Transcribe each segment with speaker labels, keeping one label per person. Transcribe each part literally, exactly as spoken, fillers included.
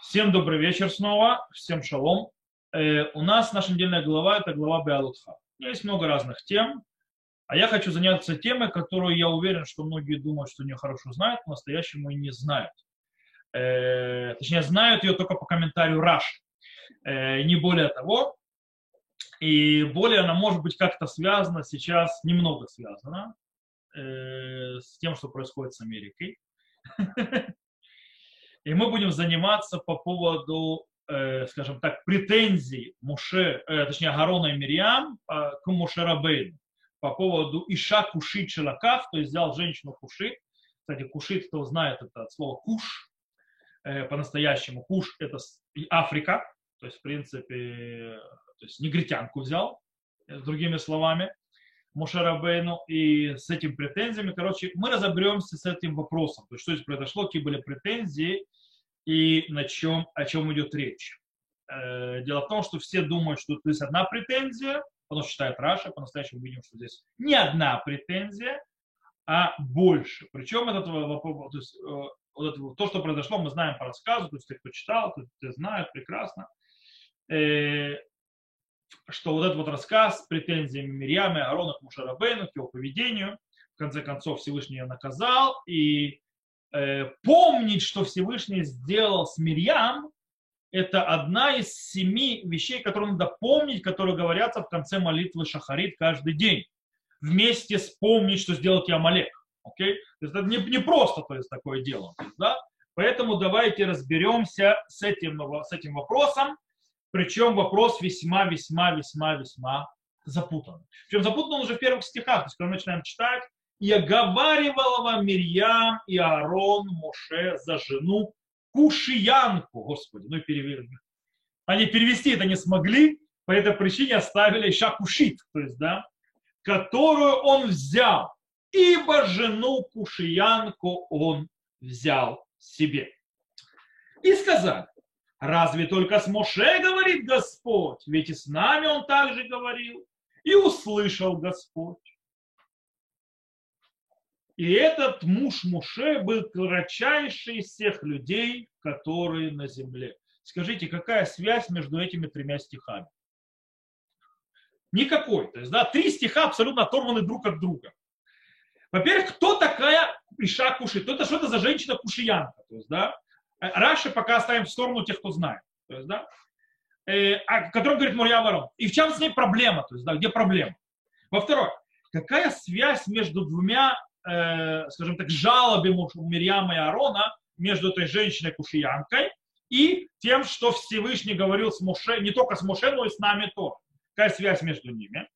Speaker 1: Всем добрый вечер снова, всем шалом. Э, у нас наша недельная глава — это глава Беалутха. Есть много разных тем, а я хочу заняться темой, которую я уверен, что многие думают, что ее хорошо знают, но по-настоящему и не знают. Э, точнее, знают ее только по комментарию Раши, э, не более того. И более она может быть как-то связана сейчас, немного связана э, с тем, что происходит с Америкой. И мы будем заниматься по поводу, э, скажем так, претензий Муше, э, точнее, Аарона и Мирьям э, к Муше Рабейну по поводу Иша Кушит Шелакав, то есть взял женщину Кушит. Кстати, Кушит, кто знает, это от слова Куш, э, по-настоящему. Куш — это Африка, то есть, в принципе, то есть негритянку взял, э, другими словами. Моше Рабейну, и с этими претензиями, короче, мы разоберемся с этим вопросом, то есть что здесь произошло, какие были претензии и на чем, о чем идет речь. Э, Дело в том, что все думают, что здесь одна претензия, потому что считает Раша, по-настоящему видим, что здесь не одна претензия, а больше. Причем этот вопрос, то, есть, э, вот это, то, что произошло, мы знаем по рассказу, то есть те, кто читал, те знают прекрасно. Э, что вот этот вот рассказ с претензиями Мирьяма и Аарона к Моше Рабейну, к его поведению, в конце концов Всевышний ее наказал, и э, помнить, что Всевышний сделал с Мирьям, это одна из семи вещей, которые надо помнить, которые говорятся в конце молитвы Шахарит каждый день. Вместе с помнить, что сделал тебе Амалек. Okay? То есть это не, не просто, то есть, такое дело. То есть, да? Поэтому давайте разберемся с этим, с этим вопросом. Причем вопрос весьма-весьма-весьма-весьма запутанный. Причем запутан он уже в первых стихах. То есть, когда мы начинаем читать, «И оговаривала вам Мирьям и Аарон Моше за жену Кушиянку». Господи, ну и перевели. Они перевести это не смогли, по этой причине оставили Иша Кушит, то есть, да, которую он взял. Ибо жену Кушиянку он взял себе. И сказали: разве только с Моше говорит Господь? Ведь и с нами он также говорил. И услышал Господь. И этот муж Моше был кратчайший из всех людей, которые на земле. Скажите, какая связь между этими тремя стихами? Никакой. То есть, да, три стиха абсолютно оторваны друг от друга. Во-первых, кто такая Иша Кушит? Это что это за женщина-кушиянка? То есть, да, Раши пока оставим в сторону тех, кто знает. То есть, да, э, о котором говорит Мирьям Аарон. И в чем с ней проблема? То есть, да, где проблема? Во-вторых, какая связь между двумя, э, скажем так, жалобами Мирьяма и Аарона, между этой женщиной-кушиянкой и тем, что Всевышний говорил с Моше, не только с Моше, но и с нами тоже. Какая связь между ними?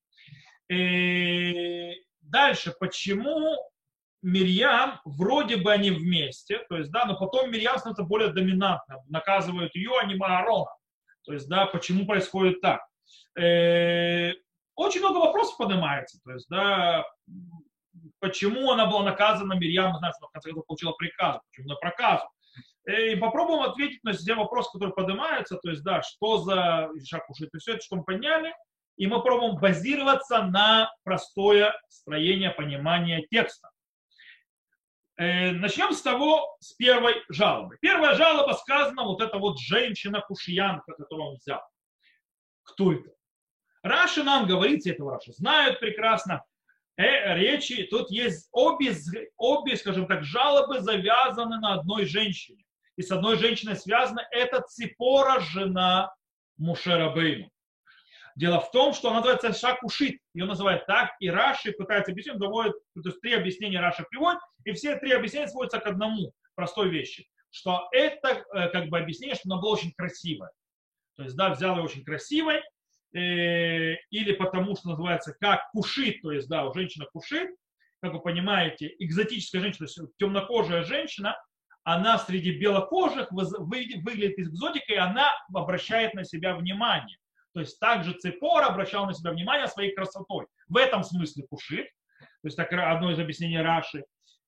Speaker 1: И дальше, почему Мирьям, вроде бы они вместе, то есть, да, но потом Мирьям становится более доминантным, наказывают ее, а не Аарона. То есть, да, почему происходит так? Э, очень много вопросов поднимается, то есть, да, почему она была наказана, Мирьям, знаешь, что в конце концов получила приказ, почему на проказу. И попробуем ответить на все вопросы, которые поднимаются, то есть, да, что за Иша Кушит, и все это, что мы подняли, и мы пробуем базироваться на простое строение понимания текста. Начнем с того, с первой жалобы. Первая жалоба сказана, вот эта вот женщина-кушиянка, которую он взял. Кто это? Раши нам говорит, все этого Раши знают прекрасно, э, речи, тут есть обе, обе, скажем так, жалобы завязаны на одной женщине. И с одной женщиной связана это Ципора, жена Моше Рабейну. Дело в том, что она называется Иша Кушит, ее называют так, и Раши пытается объяснить, доводит, то есть три объяснения Раши приводит, и все три объяснения сводятся к одному простой вещи, что это как бы объяснение, что она была очень красивая. То есть, да, взял ее очень красивой, э, или потому что называется как Кушит, то есть, да, у женщины Кушит, как вы понимаете, экзотическая женщина, то есть темнокожая женщина, она среди белокожих выглядит экзотикой, и она обращает на себя внимание. То есть также Ципора обращал на себя внимание своей красотой. В этом смысле Кушит. То есть так, одно из объяснений Раши.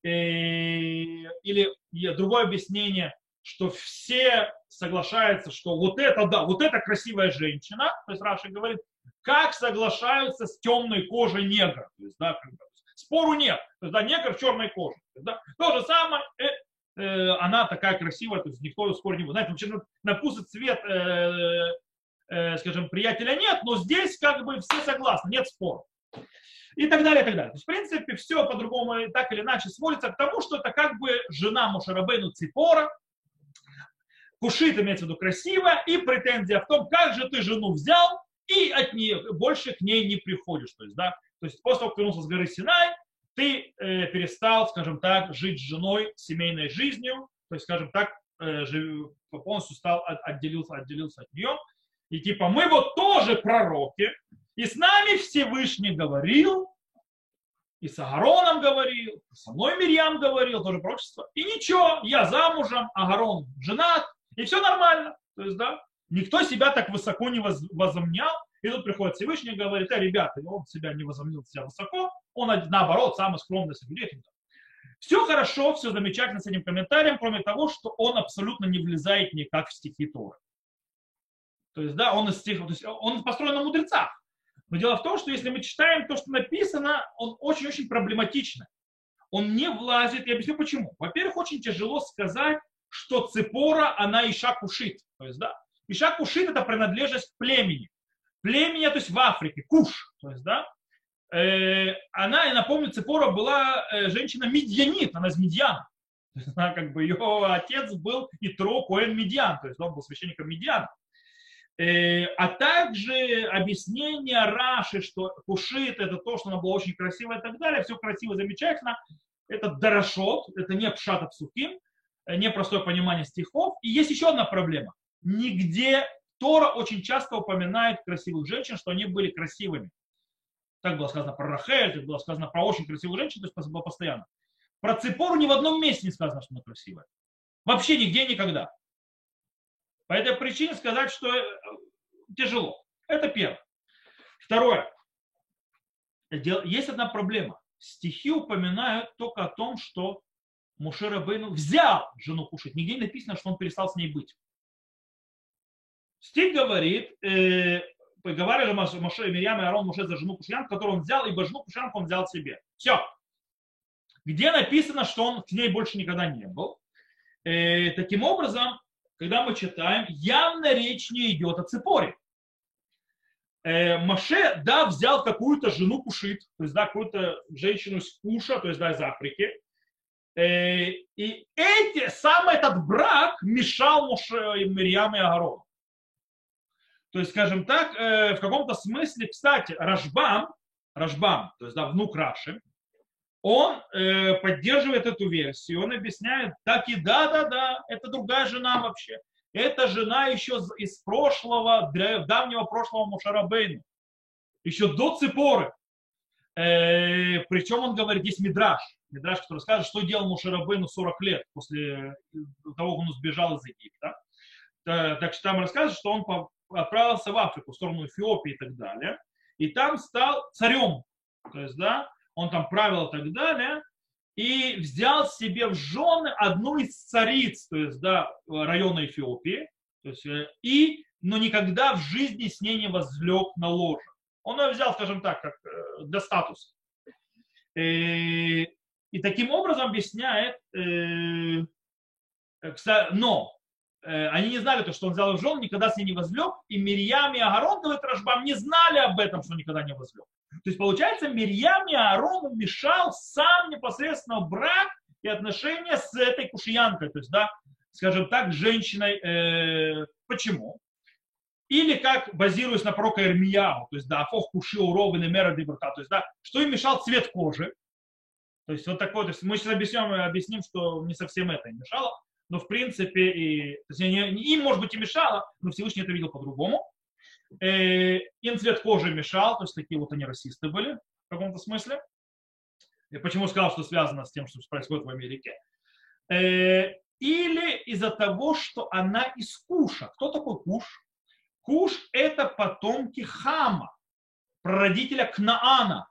Speaker 1: Или другое объяснение, что все соглашаются, что вот это, да, вот эта красивая женщина, то есть Раши говорит, как соглашаются с темной кожей негр. То есть, да, спору нет. То есть, да, негр в черной коже. То, есть, да, то же самое, э, она такая красивая, то есть никто ее спорить не будет. Знаете, вообще на, на вкус и цвет, э, э, скажем, приятеля нет, но здесь как бы все согласны, нет спора. И так далее, и так далее. То есть, в принципе, все по-другому так или иначе сводится к тому, что это как бы жена Моше Рабейну Ципора, Кушит имеется в виду красивая, и претензия в том, как же ты жену взял, и от нее больше к ней не приходишь. То есть, да, то есть после того, как вернулся с горы Синай, ты э, перестал, скажем так, жить с женой семейной жизнью, то есть, скажем так, э, жив, полностью стал, отделился, отделился от нее. И типа, мы вот тоже пророки, и с нами Всевышний говорил, и с Агароном говорил, и со мной Мирьям говорил, тоже пророчество. И ничего, я замужем, Агарон женат, и все нормально. То есть, да, никто себя так высоко не возомнял. И тут приходит Всевышний и говорит, э, ребята, он себя не возомнил себя высоко, он наоборот самый скромный среди людей. Все хорошо, все замечательно с этим комментарием, кроме того, что он абсолютно не влезает никак в стихи Торы. То есть, да, он из стихов, то есть он построен на мудрецах. Но дело в том, что если мы читаем то, что написано, он очень-очень проблематичный. Он не влазит, я объясню почему. Во-первых, очень тяжело сказать, что Ципора, она Иша Кушит. То есть, да, Иша Кушит — это принадлежность к племени. Племени, то есть в Африке, Куш. То есть, да, э, она, я напомню, Ципора была э, женщина Мидьянит, она из Мидьяна. То есть, она, как бы, ее отец был Итро Коэн Мидьян, то есть он был священником Мидьяна. Э, а также объяснение Раши, что Кушит — это то, что она была очень красивая и так далее, все красиво, замечательно. Это дарашот, это не пшат псуким, не простое понимание стихов. И есть еще одна проблема. Нигде Тора очень часто упоминает красивых женщин, что они были красивыми. Так было сказано про Рахель, так было сказано про очень красивых женщин, то есть было постоянно. Про Ципору ни в одном месте не сказано, что она красивая. Вообще нигде, никогда. По этой причине сказать, что тяжело. Это первое. Второе. Есть одна проблема. Стихи упоминают только о том, что Моше Рабейну взял жену Кушит. Нигде не написано, что он перестал с ней быть. Стих говорит, э, говорили Моше, Мирьям и Аарон Моше за жену Кушьян, которую он взял, ибо жену Кушьянку он взял себе. Все. Где написано, что он к ней больше никогда не был. Э, таким образом, когда мы читаем, явно речь не идет о Ципоре. Э, Моше, да, взял какую-то жену Кушит, то есть, да, какую-то женщину из Куша, то есть, да, из Африки. Э, и эти, сам этот брак мешал Моше, Мирьям и Аарону. То есть, скажем так, в каком-то смысле, кстати, Рашбам, Рашбам, то есть, да, внук Раши, он э, поддерживает эту версию, он объясняет, так и да-да-да, это другая жена вообще. Это жена еще из прошлого, давнего прошлого Моше Рабейну, еще до Ципоры. Э, причем он говорит, есть Мидраш, Мидраш, который скажет, что делал Моше Рабейну сорок лет после того, как он сбежал из Египта. Так что там рассказывает, что он отправился в Африку, в сторону Эфиопии и так далее, и там стал царем, то есть, да, он там правил и так далее, и взял себе в жены одну из цариц, то есть, да, района Эфиопии, то есть, и, но никогда в жизни с ней не возлег на ложе. Он ее взял, скажем так, как для статуса. И, и таким образом объясняет, э, но они не знали то, что он взял в жену, никогда с ней не возлег, и Мирьям и Аарон, говорит Рашбам, не знали об этом, что он никогда не возлег. То есть, получается, Мирьям и Аарону мешал сам непосредственно брак и отношения с этой кушиянкой, то есть, да, скажем так, женщиной. Э, почему? Или как, базируясь на пророка Ирмияу, то есть, да, афох куши уровен и мера дебурка, то есть, да, что им мешал цвет кожи. То есть, вот такой, то есть, мы сейчас объясним, объясним, что не совсем это им мешало. Но в принципе, и, то есть, им, может быть, и мешало, но Всевышний это видел по-другому. Э, им цвет кожи мешал, то есть такие вот они расисты были в каком-то смысле. И почему сказал, что связано с тем, что происходит в Америке. Э, или из-за того, что она из Куша. Кто такой Куш? Куш — это потомки Хама, прародителя Кнаана.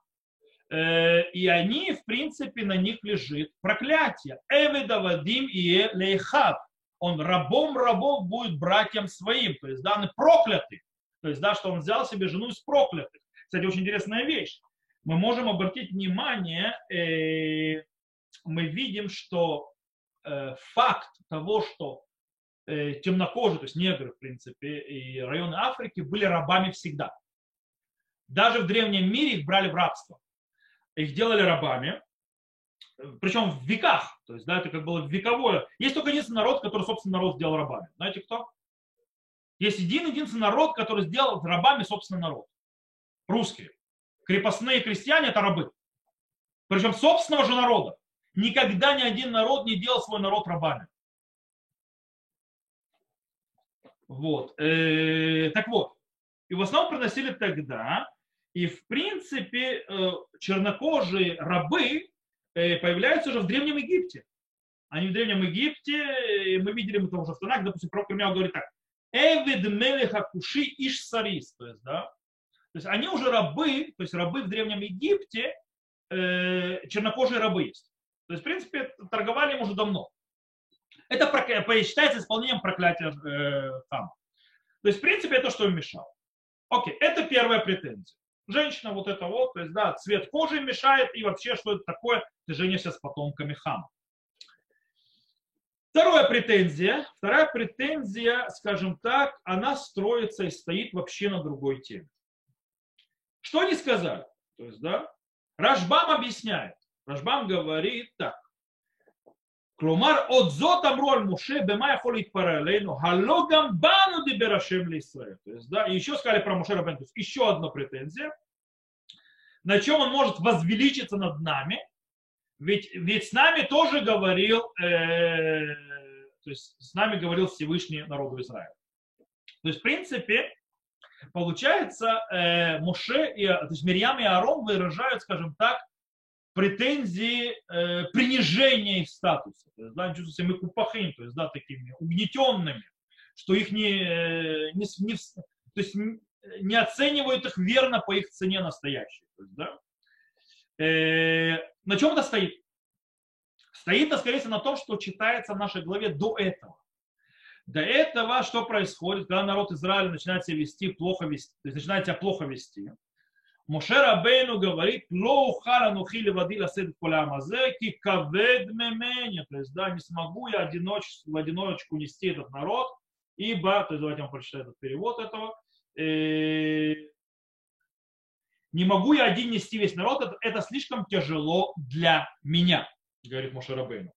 Speaker 1: И они, в принципе, на них лежит проклятие. Эведа Вадим и Лейхат. Он рабом рабов будет братьям своим. То есть, да, они прокляты. То есть, да, что он взял себе жену из проклятых. Кстати, очень интересная вещь. Мы можем обратить внимание, э, мы видим, что э, факт того, что э, темнокожие, то есть негры, в принципе, и районы Африки были рабами всегда. Даже в древнем мире их брали в рабство. Их делали рабами, причем в веках. То есть, да, это как было вековое. Есть только единственный народ, который, собственно, народ сделал рабами. Знаете кто? Есть один единственный народ, который сделал рабами собственный народ. Русские. Крепостные крестьяне – это рабы. Причем собственного же народа. Никогда ни один народ не делал свой народ рабами. Вот. Так вот. И в основном приносили тогда. И в принципе чернокожие рабы появляются уже в Древнем Египте. Они в Древнем Египте, мы видели это уже в Танах, допустим, пророк Ирмияу говорит так. Эвид мелеха куши иш сарис. То есть, да, то есть они уже рабы, то есть рабы в Древнем Египте, э, чернокожие рабы есть. То есть, в принципе, торговали им уже давно. Это считается исполнением проклятия э, Хама. То есть, в принципе, это что им мешало. Окей, это первая претензия. Женщина вот это вот, то есть, да, цвет кожи мешает, и вообще, что это такое, ты женишься с потомками Хама. Вторая претензия, вторая претензия, скажем так, она строится и стоит вообще на другой теме. Что они сказали? То есть, да, Рашбам объясняет. Рашбам говорит так. Кломар от зотам роль Муше бемая холит параллельно халогам бану деберашем лисраэль. То есть, да, и еще сказали про Муше Рабейну, то есть еще одна претензия, на чем он может возвеличиться над нами, ведь, ведь с нами тоже говорил, э, то есть с нами говорил Всевышний народу Израиля. То есть, в принципе, получается, э, Моше, и, то есть Мирьям и Аарон выражают, скажем так, претензии э, принижения их статуса. То есть, да, они чувствуют себя мекупахим, то есть, да, такими угнетенными, что их не, не, не, то есть, не оценивают их верно по их цене настоящей. То есть, да. э, на чем это стоит? Стоит это, скорее всего, на том, что читается в нашей главе до этого. До этого что происходит, когда народ Израиля начинает себя вести плохо вести, то есть начинает себя плохо вести. Моше Рабейну говорит, то есть, да, не смогу я одиноч, в одиночку нести этот народ, ибо, то есть давайте я вам прочитаю этот перевод этого, э, не могу я один нести весь народ, это, это слишком тяжело для меня, говорит Моше Рабейну.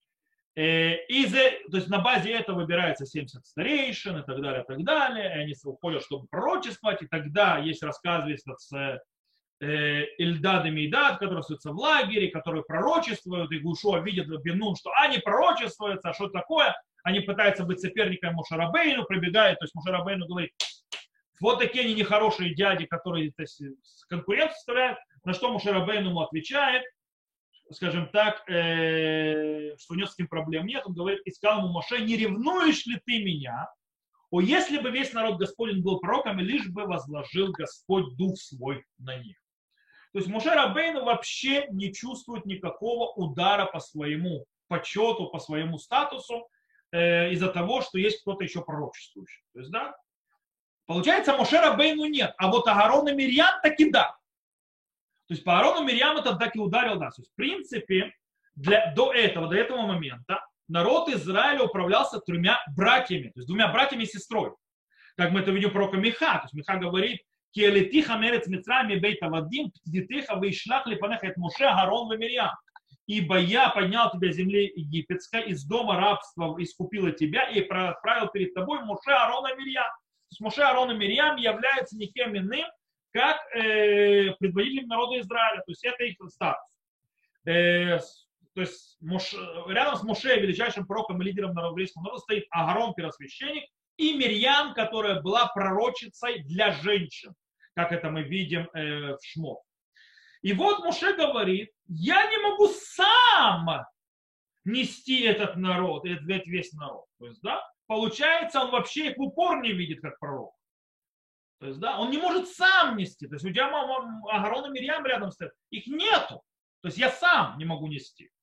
Speaker 1: И за, то есть на базе этого выбирается семьдесят старейшин и так далее, и так далее. И они уходят, чтобы пророчествовать. И тогда есть рассказ весь с Эльдад и Мейдад, которые остаются в лагере, которые пророчествуют. И Гушуа видит Бенун, что они пророчествуются. А что такое? Они пытаются быть соперниками Моше Рабейну, прибегают. То есть Моше Рабейну говорит, вот такие они нехорошие дяди, которые то есть, конкуренцию составляют. На что Моше Рабейну ему отвечает, скажем так, э, что у него с этим проблем нет. Он говорит, и сказал ему Моше, не ревнуешь ли ты меня? О, если бы весь народ Господень был пророком, лишь бы возложил Господь дух свой на них. То есть Моше Рабейну вообще не чувствует никакого удара по своему почету, по своему статусу, э, из-за того, что есть кто-то еще пророчествующий. То есть, да, получается, Моше Рабейну нет, а вот Аарон и Мирьям таки да. То есть по Аарону Мирьям это так и ударил нас. То есть, в принципе, для, до этого, до этого момента народ Израиля управлялся тремя братьями, то есть двумя братьями и сестрой. Как мы это видим пророка Миха. То есть Миха говорит, «Киэлитиха мерец мицрами бейта вадим, птитиха вейшлах липанеха эт Моше, Аарон и Мирьям. Ибо я поднял тебя с земли египетской, из дома рабства искупила тебя и отправил перед тобой Моше, Аарон и Мирьям». То есть Моше, Аарон и Мирьям являются никем иным, как э, предводителем народа Израиля. То есть это их статус. Э, то есть Моше, рядом с Моше, величайшим пророком и лидером еврейского народа, стоит Аарон, первосвященник, и Мирьям, которая была пророчицей для женщин, как это мы видим э, в Шмот. И вот Моше говорит, я не могу сам нести этот народ, этот весь народ. То есть, да, получается, он вообще их в упор не видит как пророк. То есть, да, он не может сам нести. То есть у тебя Аарон и Мирьям рядом стоят. Их нету. То есть я сам не могу нести.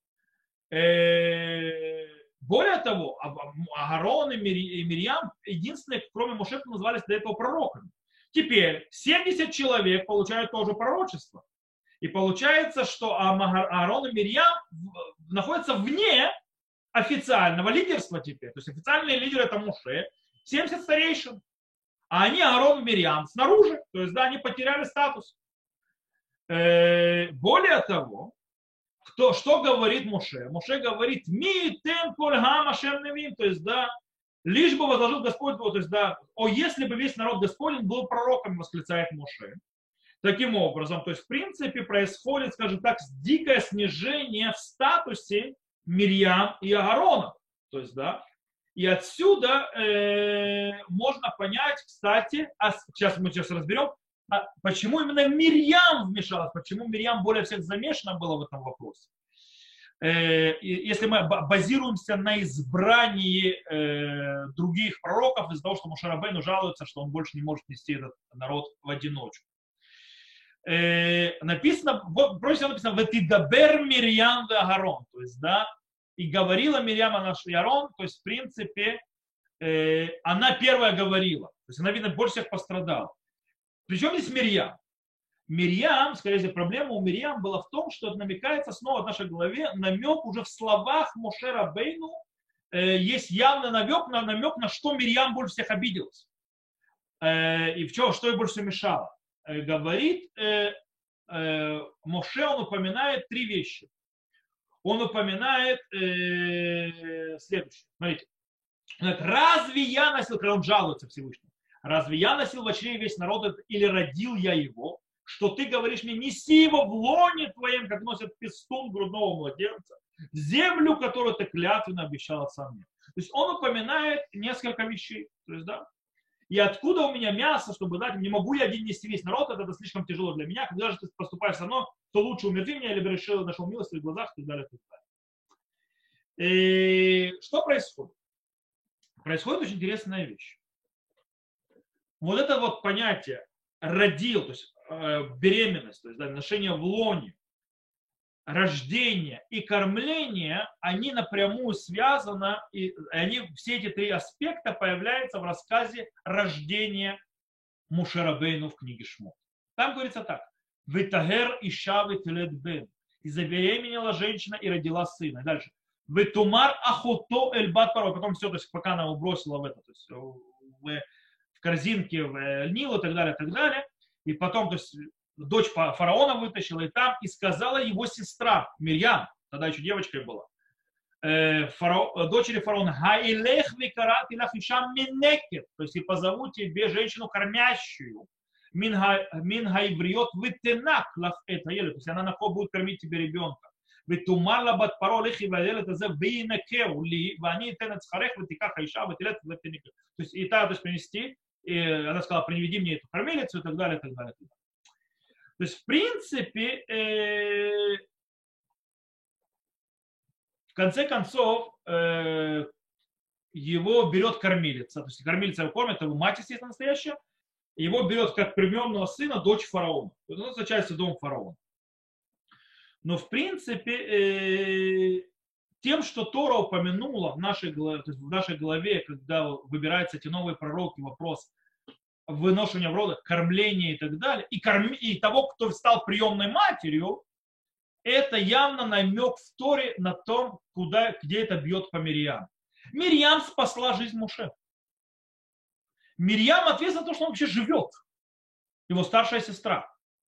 Speaker 1: Более того, Аарон и Мирьям единственные, кроме Моше, назывались до этого пророками. Теперь семьдесят человек получают тоже пророчество. И получается, что Аарон и Мирьям находятся вне официального лидерства теперь. То есть официальные лидеры это Моше, семьдесят старейшин. А они Аарон и Мирьям снаружи. То есть, да, они потеряли статус. Э, более того, кто, что говорит Моше? Моше говорит, ми тем кольгам ашем невим. То есть, да, лишь бы возложил Господь, то есть, да, о, если бы весь народ Господень был пророком, восклицает Моше. Таким образом, то есть, в принципе, происходит, скажем так, дикое снижение в статусе Мирьям и Аарона. То есть, да, и отсюда э, можно понять, кстати, а сейчас мы сейчас разберем, а почему именно Мирьям вмешалась, почему Мирьям более всех замешана была в этом вопросе. Э, если мы базируемся на избрании э, других пророков из-за того, что Моше Рабейну жалуется, что он больше не может нести этот народ в одиночку. Э, написано, просится написано, «Ветидабер Мирьям ве Аарон», то есть, да, и говорила Мирьям о наш Аарон, то есть, в принципе, э, она первая говорила. То есть, она, видно, больше всех пострадала. Причем здесь Мирьям? Мирьям, скорее всего, проблема у Мирьям была в том, что намекается снова в нашей голове намек уже в словах Моше Рабейну, э, есть явный намек на, намек на что Мирьям больше всех обиделась. Э, и в чем, что ей больше всего мешало. Э, говорит э, э, Моше, он упоминает три вещи. Он упоминает э, следующее. Смотрите. Разве я носил, когда он жалуется Всевышнему, разве я носил в чреве весь народ или родил я его, что ты говоришь мне, неси его в лоне твоем, как носят пестун грудного младенца, землю, которую ты клятвенно обещал отцам мне. То есть он упоминает несколько вещей. То есть, да, и откуда у меня мясо, чтобы дать, не могу я один нести весь народ, это, это слишком тяжело для меня, когда же ты поступаешь со мной, то лучше умерти меня, либо решил, нашел милость в твоих глазах, и так далее, и так далее. И что происходит? Происходит очень интересная вещь. Вот это вот понятие родил, то есть э, беременность, то есть да, ношение в лоне, рождение и кормление, они напрямую связаны, и они, все эти три аспекта появляются в рассказе рождения Моше Рабейну в книге Шмот. Там говорится так. «Витагер иша витилет бен». И забеременела женщина и родила сына. И дальше. «Витумар ахото эль бат паро». Потом все, то есть пока она его бросила в это, то есть в, в корзинке, в Нил и так далее, и так далее. И потом, то есть дочь фараона вытащила и там, и сказала его сестра Мирьям, тогда еще девочкой была, э, фарао, дочери фараона, «Хаилех викарат илах ишам минекет», то есть и позову тебе женщину кормящую, «Мин хаивриот витенак лах это еле», то есть она на кого будет кормить тебе ребенка. «Витумар лабат паро лихи ваеле тазе винекеу ли, вани тенет схарех витиках аиша витилет витенекеу». То есть и та, то есть принести, и она сказала, приведи мне эту кормилицу и так далее, и так далее. То есть, в принципе, э, в конце концов, э, его берет кормилица. То есть, кормилица его кормит, его мать, естественно, настоящая. Его берет как приемного сына дочь фараона. То есть, он назначается дом фараона. Но, в принципе, э, тем, что Тора упомянула в нашей, то есть в нашей главе, когда выбираются эти новые пророки, вопрос выношения в родах, кормления и так далее, и, корми, и того, кто стал приемной матерью, это явно намек в Торе на том, куда, где это бьет по Мирьям. Мирьям спасла жизнь Моше. Мирьям ответственна за то, что он вообще живет. Его старшая сестра.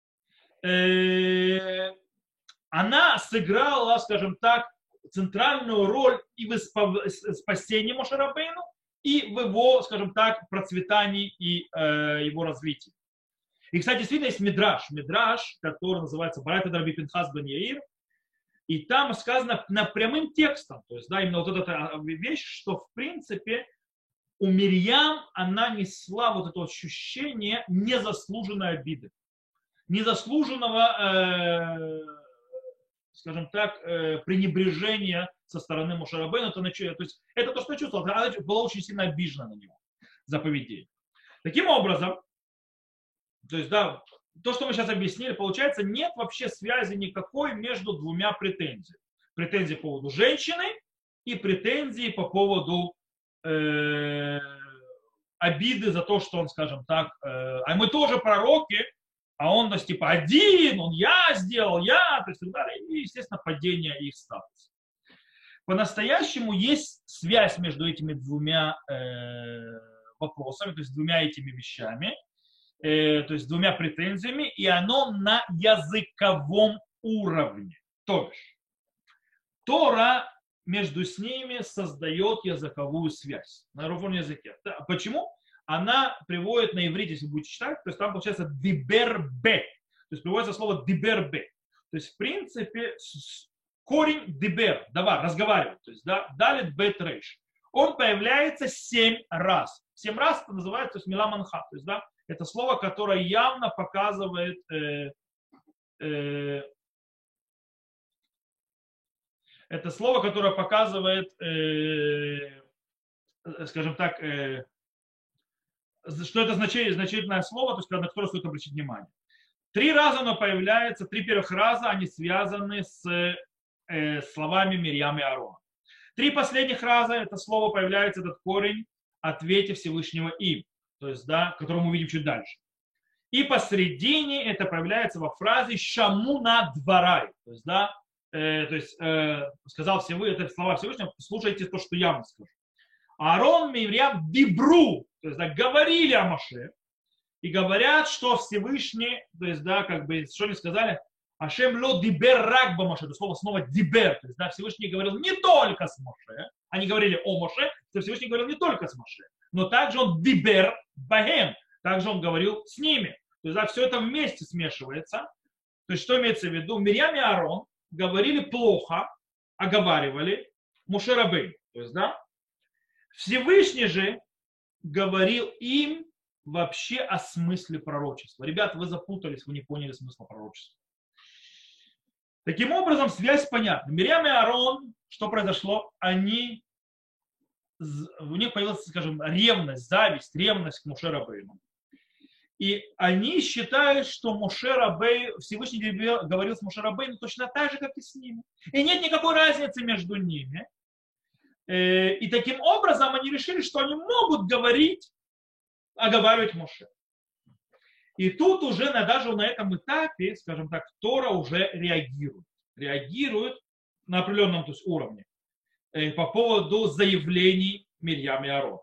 Speaker 1: Она сыграла, скажем так, центральную роль и в спасении Моше Рабейну, и в его, скажем так, процветании и э, его развитии. И, кстати, действительно есть мидраш, мидраш, который называется Барайта Раби Пинхас бен Яир, и там сказано на прямым текстом, то есть, да, именно вот эта вещь, что, в принципе, у Мирьям она несла вот это ощущение незаслуженной обиды, незаслуженного, э, скажем так, э, пренебрежения со стороны Моше Рабейну. То есть это то, что я чувствовал. Она была очень сильно обижена на него за поведение. Таким образом, то есть, да, то, что мы сейчас объяснили, получается, нет вообще связи никакой между двумя претензиями. Претензии по поводу женщины и претензии по поводу э, обиды за то, что он, скажем так, э, а мы тоже пророки, а он, то есть, типа, один, он я сделал, я, то есть, и так далее. И, естественно, падение их статуса. По-настоящему есть связь между этими двумя э, вопросами, то есть двумя этими вещами, э, то есть двумя претензиями, и оно на языковом уровне. То есть Тора между с ними создает языковую связь на русском языке. Почему? Она приводит на иврите, если будете читать, то есть там получается дибербе, то есть приводится слово дибербе. То есть в принципе корень дибер, давай, разговаривать, то есть да, далит бет рейш. Он появляется семь раз. Семь раз это называется, то есть мила манха, то есть да, это слово, которое явно показывает э, э, это слово, которое показывает, э, скажем так, э, что это значит, значительное слово, то есть на которое стоит обратить внимание. Три раза оно появляется, три первых раза они связаны с э, словами Мирьям и Аарона. Три последних раза это слово появляется, этот корень, ответе Всевышнего им, то есть, да, который мы увидим чуть дальше. И посредине это появляется во фразе «шамуна дварай», то есть, да, э, то есть э, сказал Всевышний, это слова Всевышнего, слушайте то, что я вам скажу. Аарон, Мирьям дибру, то есть, да, говорили о Моше, и говорят, что Всевышний, то есть, да, как бы, что они сказали, Ашем ло дибер рак ба Моше, это слово снова дибер, то есть, да, Всевышний говорил не только с Моше, они говорили о Моше, то Всевышний говорил не только с Моше, но также он дибер бахем, также он говорил с ними, то есть, да, все это вместе смешивается, то есть, что имеется в виду, Мирьям и Аарон говорили плохо, оговаривали Моше Рабейну, то есть, да, Всевышний же говорил им вообще о смысле пророчества. Ребята, вы запутались, вы не поняли смысла пророчества. Таким образом, связь понятна. Мирьям и Аарон, что произошло? Они, у них появилась, скажем, ревность, зависть, ревность к Моше Рабейну. И они считают, что Моше Рабейну, Всевышний говорил с Моше Рабейну точно так же, как и с ними. И нет никакой разницы между ними. И таким образом они решили, что они могут говорить, оговаривать Моше. И тут уже на, даже на этом этапе, скажем так, Тора уже реагирует. Реагирует на определенном, то есть, уровне э, по поводу заявлений Мирьям и Аарона.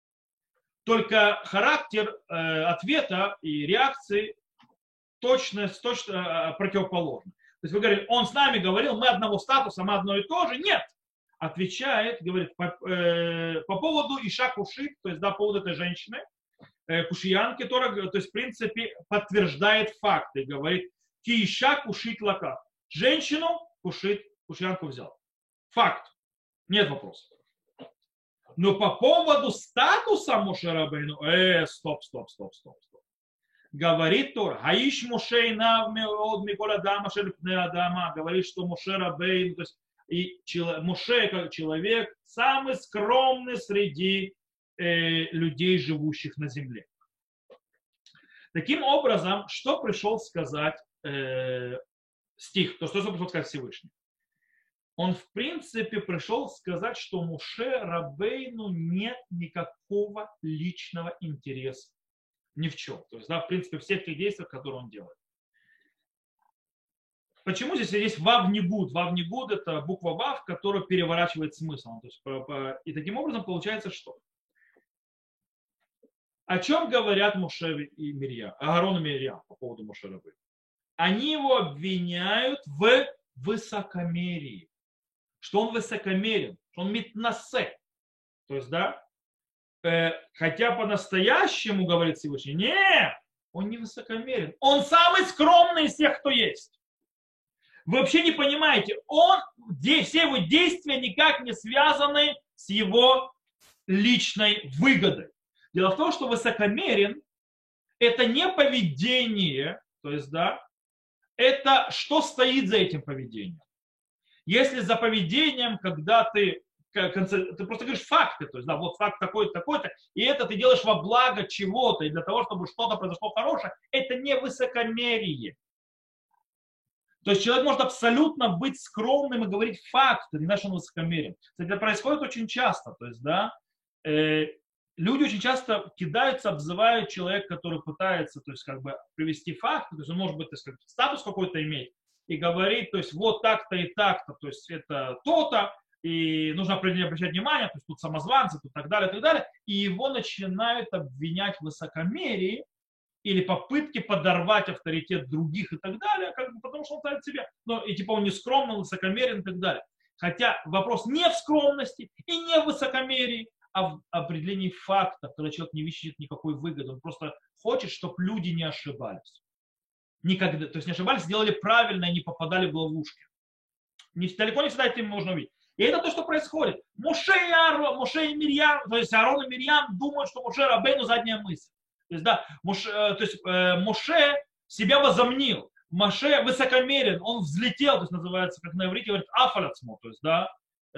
Speaker 1: Только характер э, ответа и реакции точно, точно э, противоположны. То есть вы говорите, он с нами говорил, мы одного статуса, мы одно и то же. Нет. Отвечает, говорит, по, э, по поводу Иша Кушит, то есть да, по поводу этой женщины, Кушиян, которая, то есть, в принципе, подтверждает факты, говорит, кииша кушит лака. Женщину кушит, кушиянку взял. Факт. Нет вопросов. Но по поводу статуса Моше Рабейну, э, стоп, стоп, стоп, стоп, стоп. Говорит Тора, Хаиш Моше нав меод микола дама шелипне адама, говорит, что Моше Рабейну, то есть, и Моше как человек, самый скромный среди людей, живущих на земле. Таким образом, что пришел сказать э, стих, то, что пришел сказать Всевышний? Он, в принципе, пришел сказать, что Моше Рабейну нет никакого личного интереса ни в чем. То есть, да, в принципе, всех тех действий, которые он делает. Почему здесь есть вав нигуд? Вав нигуд — это буква вав, которая переворачивает смысл. То есть, по, по, и таким образом получается что? О чем говорят Моше и Мирьям, Аарон и Мирьям по поводу Моше Рабейну? Они его обвиняют в высокомерии, что он высокомерен, что он митнасе. То есть, да, э, хотя по-настоящему, говорит Всевышний, нет, он не высокомерен, он самый скромный из тех, кто есть. Вы вообще не понимаете, он, все его действия никак не связаны с его личной выгодой. Дело в том, что высокомерен – это не поведение, то есть, да, это что стоит за этим поведением. Если за поведением, когда ты, ты просто говоришь факты, то есть, да, вот факт такой-то, такой-то, и это ты делаешь во благо чего-то, и для того, чтобы что-то произошло хорошее, это не высокомерие. То есть человек может абсолютно быть скромным и говорить факты, не значит, что он высокомерен. Кстати, это происходит очень часто, то есть, да, э, люди очень часто кидаются, обзывают человека, который пытается, то есть, как бы привести факты, то есть он может быть, то есть, как, статус какой-то иметь, и говорить, то есть вот так-то и так-то, то есть это то-то, и нужно определенно обращать внимание, то есть тут самозванцы, тут так далее, так далее, и его начинают обвинять в высокомерии или попытке подорвать авторитет других и так далее, как бы, потому что он ставит себя, ну, и типа он не скромный, высокомерен и так далее. Хотя вопрос не в скромности и не в высокомерии, а в определении фактов, когда человек не видит никакой выгоды, он просто хочет, чтобы люди не ошибались. Никогда, то есть не ошибались, делали правильно и не попадали в ловушки. Не, далеко не всегда этим можно увидеть. И это то, что происходит. Моше и, Ааро, Моше и Мирьям, то есть Аарон и Мирьям думают, что Моше Рабейну задняя мысль. То есть, да, Моше, то есть, э, Моше себя возомнил. Моше высокомерен, он взлетел, то есть называется, как на иврите говорит, афаляцмо, то есть, да, э,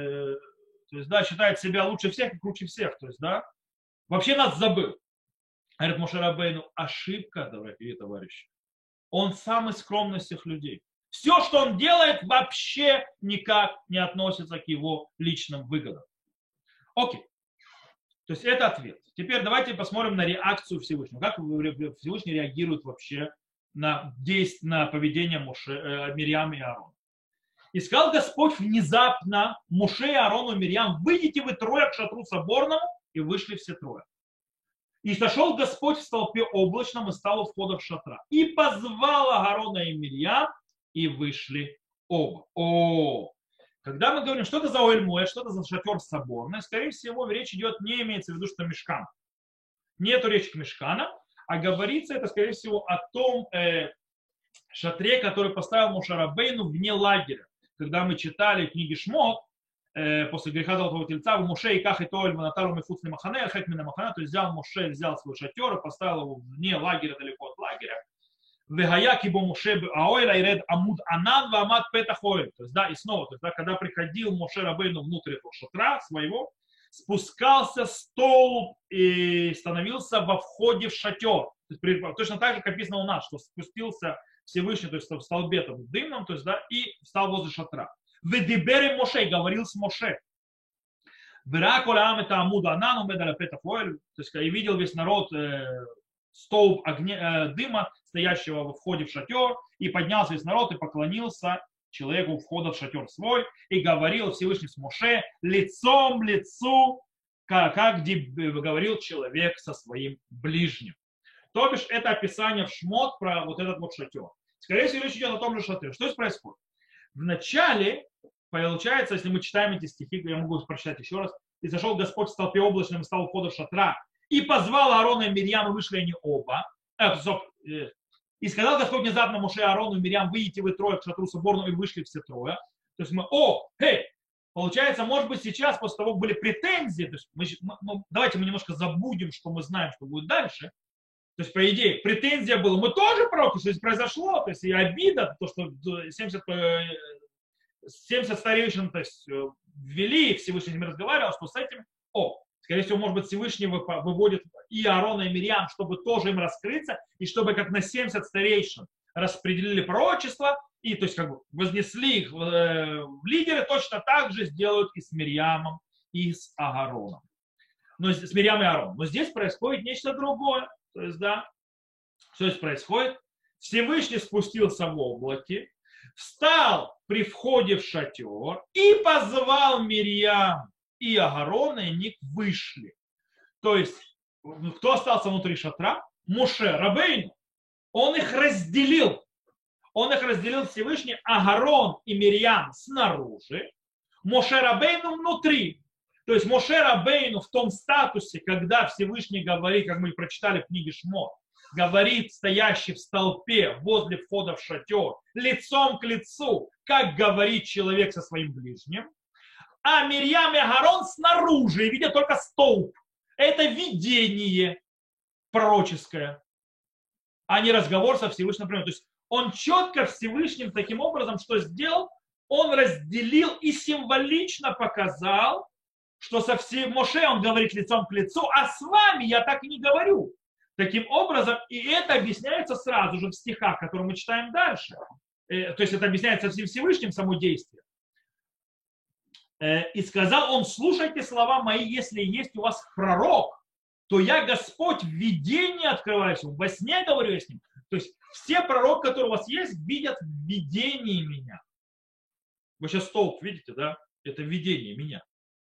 Speaker 1: то есть, да, считает себя лучше всех и круче всех, то есть, да, вообще нас забыл. Говорит Моше Рабейну, ошибка, дорогие товарищи. Он самый скромный из всех людей. Все, что он делает, вообще никак не относится к его личным выгодам. Окей. То есть это ответ. Теперь давайте посмотрим на реакцию Всевышнего. Как Всевышний реагирует вообще на действие, на поведение Моше, э, Мирьям и Аарона. И сказал Господь внезапно Моше и Аарону и Мирьям, выйдите вы трое к шатру соборному, и вышли все трое. И сошел Господь в столпе облачном и стал у входа в шатра. И позвал Аарона и Мирьям, и вышли оба. О, когда мы говорим, что это за Оэль-Моэд, что это за шатер соборный, скорее всего, речь идет, не имеется в виду, что мишкан. Нету речи к мишкана, а говорится это, скорее всего, о том э, шатре, который поставил Моше Рабейну вне лагеря. Когда мы читали книги Шмот, э, после греха Золотого Тельца, в Моше и Ках и Тоэль Ванатару Мефуц Махане, Хек Мина Махана, то есть взял Моше, взял свой шатер и поставил его вне лагеря, далеко от лагеря. Вегая кибо Моше аоэля и ред амуд анан ва амад петах оэль. То есть, да, и снова, то есть, да, когда приходил Моше Рабейну внутрь этого шатра своего, спускался столб и становился во входе в шатер. То есть, точно так же, как написано у нас, что спустился Всевышний, то есть в столбе там, дымном, то есть, да, и встал возле шатра. Ведибере Моше, говорил с Моше. Вера коля ам это амуд анан умедаля петах оэль. То есть, и видел весь народ э, столб огня, э, дыма, стоящего в входе в шатер, и поднялся весь народ и поклонился человеку у входа в шатер свой, и говорил Всевышний с Моше лицом к лицу, как, как говорил человек со своим ближним. То бишь, это описание в Шмот про вот этот вот шатер. Скорее всего, речь идет о том же шатре. Что здесь происходит? Вначале, получается, если мы читаем эти стихи, я могу прочитать еще раз, и зашел Господь в столпе облачном и стал у входа в шатра, и позвал Аарона и Мирьям, и вышли они оба. Э, и сказал Господь внезапно Моше, Аарону и Мирьям, выйдите вы трое к шатру соборному, и вышли все трое. То есть мы, о, эй, получается, может быть, сейчас, после того, как были претензии, то есть мы, мы, давайте мы немножко забудем, что мы знаем, что будет дальше. То есть, по идее, претензия была, мы тоже пророки, что здесь произошло, то есть и обида, то, что семьдесят, семьдесят старейшин, то есть, ввели, Всевышний с ними разговаривал, что с этим, о, скорее всего, может быть, Всевышний выводит и Аарона, и Мирьям, чтобы тоже им раскрыться, и чтобы как на семьдесят старейшин распределили пророчество, и то есть как бы вознесли их в лидеры, точно так же сделают и с Мирьямом, и с Аароном. Но с Мирьямом и Аароном. Но здесь происходит нечто другое. То есть, да, что здесь происходит? Всевышний спустился в облаке, встал при входе в шатер и позвал Мирьям и Аарона, и они вышли. То есть, кто остался внутри шатра? Моше Рабейну. Он их разделил. Он их разделил Всевышний, Аарон и Мирьям снаружи, Моше Рабейну внутри. То есть Моше Рабейну в том статусе, когда Всевышний говорит, как мы прочитали в книге Шмот, говорит стоящий в столпе возле входа в шатер, лицом к лицу, как говорит человек со своим ближним. А Мирьям и Аарон снаружи, видят только столб. Это видение пророческое, а не разговор со Всевышним. То есть он четко Всевышним таким образом, что сделал, он разделил и символично показал, что со всем Моше он говорит лицом к лицу, а с вами я так и не говорю. Таким образом, и это объясняется сразу же в стихах, которые мы читаем дальше. То есть это объясняется всем Всевышним само действие. И сказал он, слушайте слова мои, если есть у вас пророк, то я Господь в видении открываюсь, во сне говорю я с ним. То есть все пророки, которые у вас есть, видят в видении меня. Вы сейчас столб видите, да? Это видение меня.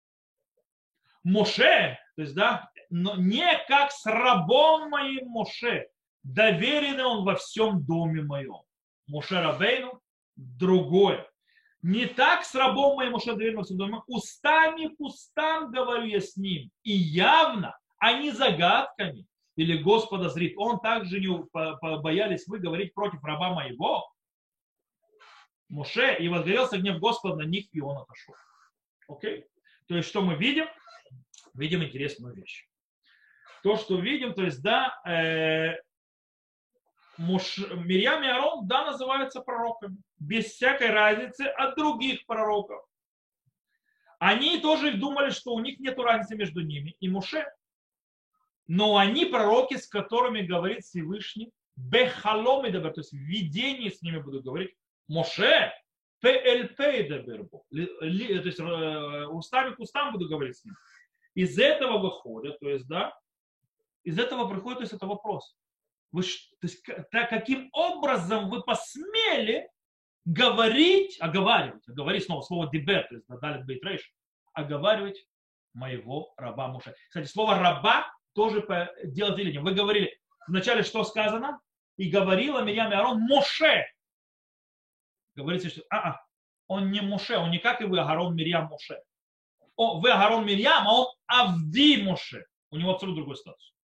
Speaker 1: Моше, то есть, да, но не как с рабом моим Моше, доверенный он во всем доме моем. Моше Рабейну другое. Не так с рабом моим Моше доверенный во всем доме моем, устами к устам говорю я с ним, и явно, а не загадками, или Господа зрит. Он также не боялись вы говорить против раба моего, Моше, и возгорелся гнев Господа на них, и он отошел. Окей? То есть, что мы видим? Видим интересную вещь. То, что видим, то есть, да, э, Муш, Мирьям и Аарон, да, называются пророками, без всякой разницы от других пророков. Они тоже думали, что у них нет разницы между ними и Моше. Но они пророки, с которыми говорит Всевышний, бехалом и дабер, то есть в видении с ними буду говорить, Моше, пэлп и дабер, то есть устами к устам буду говорить с ним. Из этого выходит, то есть, да, из этого приходит, то есть, это вопрос. Вы, то есть, так, каким образом вы посмели говорить, оговаривать, оговорить снова слово дебер, то есть, далит бейт рейш, оговаривать моего раба Моше. Кстати, слово раба тоже делает деление. Вы говорили, вначале что сказано? И говорила Мирьям и Аарон Моше. Говорится, что а-а, он не Моше, он не как и вы, Аарон, Мирьям, Моше. О, вы Аарон Мирьям, а он Авди Моше. У него абсолютно другой статус.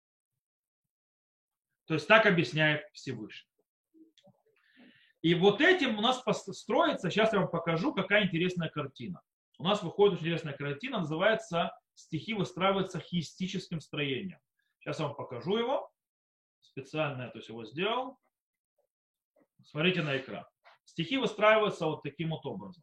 Speaker 1: То есть так объясняет Всевышний. И вот этим у нас строится, сейчас я вам покажу, какая интересная картина. У нас выходит очень интересная картина, называется «Стихи выстраиваются хиистическим строением». Сейчас я вам покажу его. Специально я то есть, его сделал. Смотрите на экран. Стихи выстраиваются вот таким вот образом.